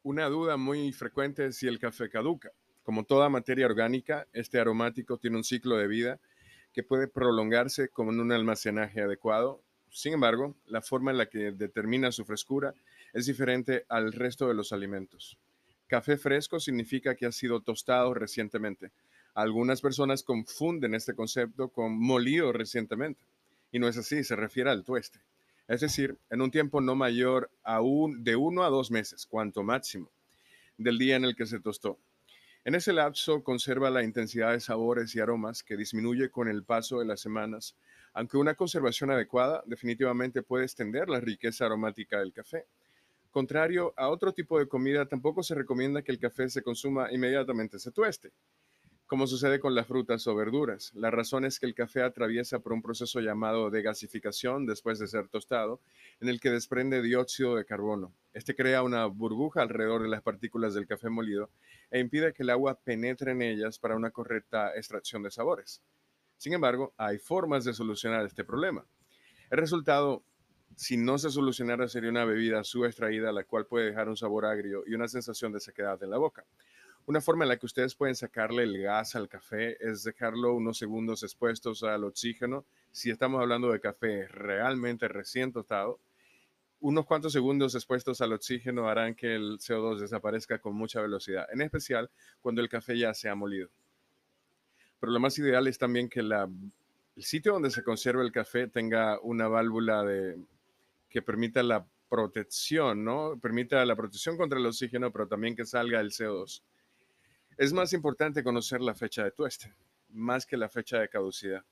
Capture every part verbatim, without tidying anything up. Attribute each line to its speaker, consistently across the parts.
Speaker 1: Una duda muy frecuente es si el café caduca. Como toda materia orgánica, este aromático tiene un ciclo de vida que puede prolongarse con un almacenaje adecuado. Sin embargo, la forma en la que determina su frescura es diferente al resto de los alimentos. Café fresco significa que ha sido tostado recientemente. Algunas personas confunden este concepto con molido recientemente. Y no es así, se refiere al tueste. Es decir, en un tiempo no mayor a un, de uno a dos meses, cuanto máximo, del día en el que se tostó. En ese lapso conserva la intensidad de sabores y aromas que disminuye con el paso de las semanas, aunque una conservación adecuada definitivamente puede extender la riqueza aromática del café. Contrario a otro tipo de comida, tampoco se recomienda que el café se consuma inmediatamente se tueste, como sucede con las frutas o verduras. La razón es que el café atraviesa por un proceso llamado de gasificación después de ser tostado, en el que desprende dióxido de carbono. Este crea una burbuja alrededor de las partículas del café molido e impide que el agua penetre en ellas para una correcta extracción de sabores. Sin embargo, hay formas de solucionar este problema. El resultado, si no se solucionara, sería una bebida subextraída, la cual puede dejar un sabor agrio y una sensación de sequedad en la boca. Una forma en la que ustedes pueden sacarle el gas al café es dejarlo unos segundos expuestos al oxígeno. Si estamos hablando de café realmente recién tostado, unos cuantos segundos expuestos al oxígeno harán que el C O dos desaparezca con mucha velocidad, en especial cuando el café ya se ha molido. Pero lo más ideal es también que la, el sitio donde se conserva el café tenga una válvula de, que permita la protección, ¿no? Permita la protección contra el oxígeno, pero también que salga el C O dos. Es más importante conocer la fecha de tueste, más que la fecha de caducidad.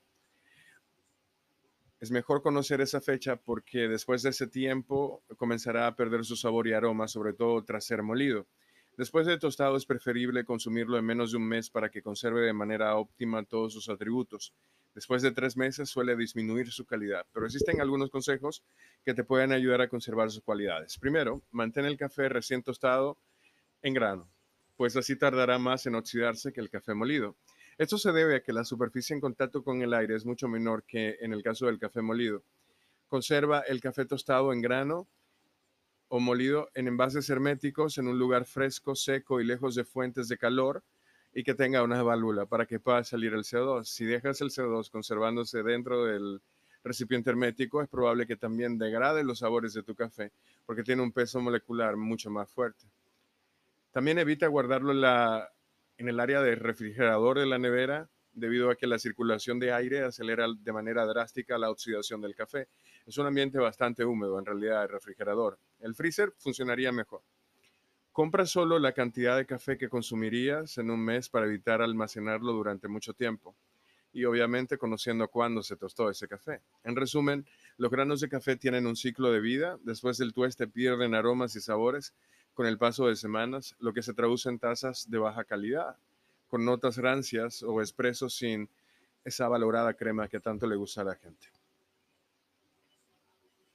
Speaker 1: Es mejor conocer esa fecha porque después de ese tiempo comenzará a perder su sabor y aroma, sobre todo tras ser molido. Después de tostado es preferible consumirlo en menos de un mes para que conserve de manera óptima todos sus atributos. Después de tres meses suele disminuir su calidad, pero existen algunos consejos que te pueden ayudar a conservar sus cualidades. Primero, mantén el café recién tostado en grano, pues así tardará más en oxidarse que el café molido. Esto se debe a que la superficie en contacto con el aire es mucho menor que en el caso del café molido. Conserva el café tostado en grano o molido en envases herméticos en un lugar fresco, seco y lejos de fuentes de calor y que tenga una válvula para que pueda salir el C O dos. Si dejas el C O dos conservándose dentro del recipiente hermético, es probable que también degrade los sabores de tu café porque tiene un peso molecular mucho más fuerte. También evita guardarlo en, la, en el área de refrigerador de la nevera debido a que la circulación de aire acelera de manera drástica la oxidación del café. Es un ambiente bastante húmedo en realidad el refrigerador. El freezer funcionaría mejor. Compra solo la cantidad de café que consumirías en un mes para evitar almacenarlo durante mucho tiempo y obviamente conociendo cuándo se tostó ese café. En resumen, los granos de café tienen un ciclo de vida, después del tueste pierden aromas y sabores con el paso de semanas, lo que se traduce en tazas de baja calidad, con notas rancias o expresos sin esa valorada crema que tanto le gusta a la gente.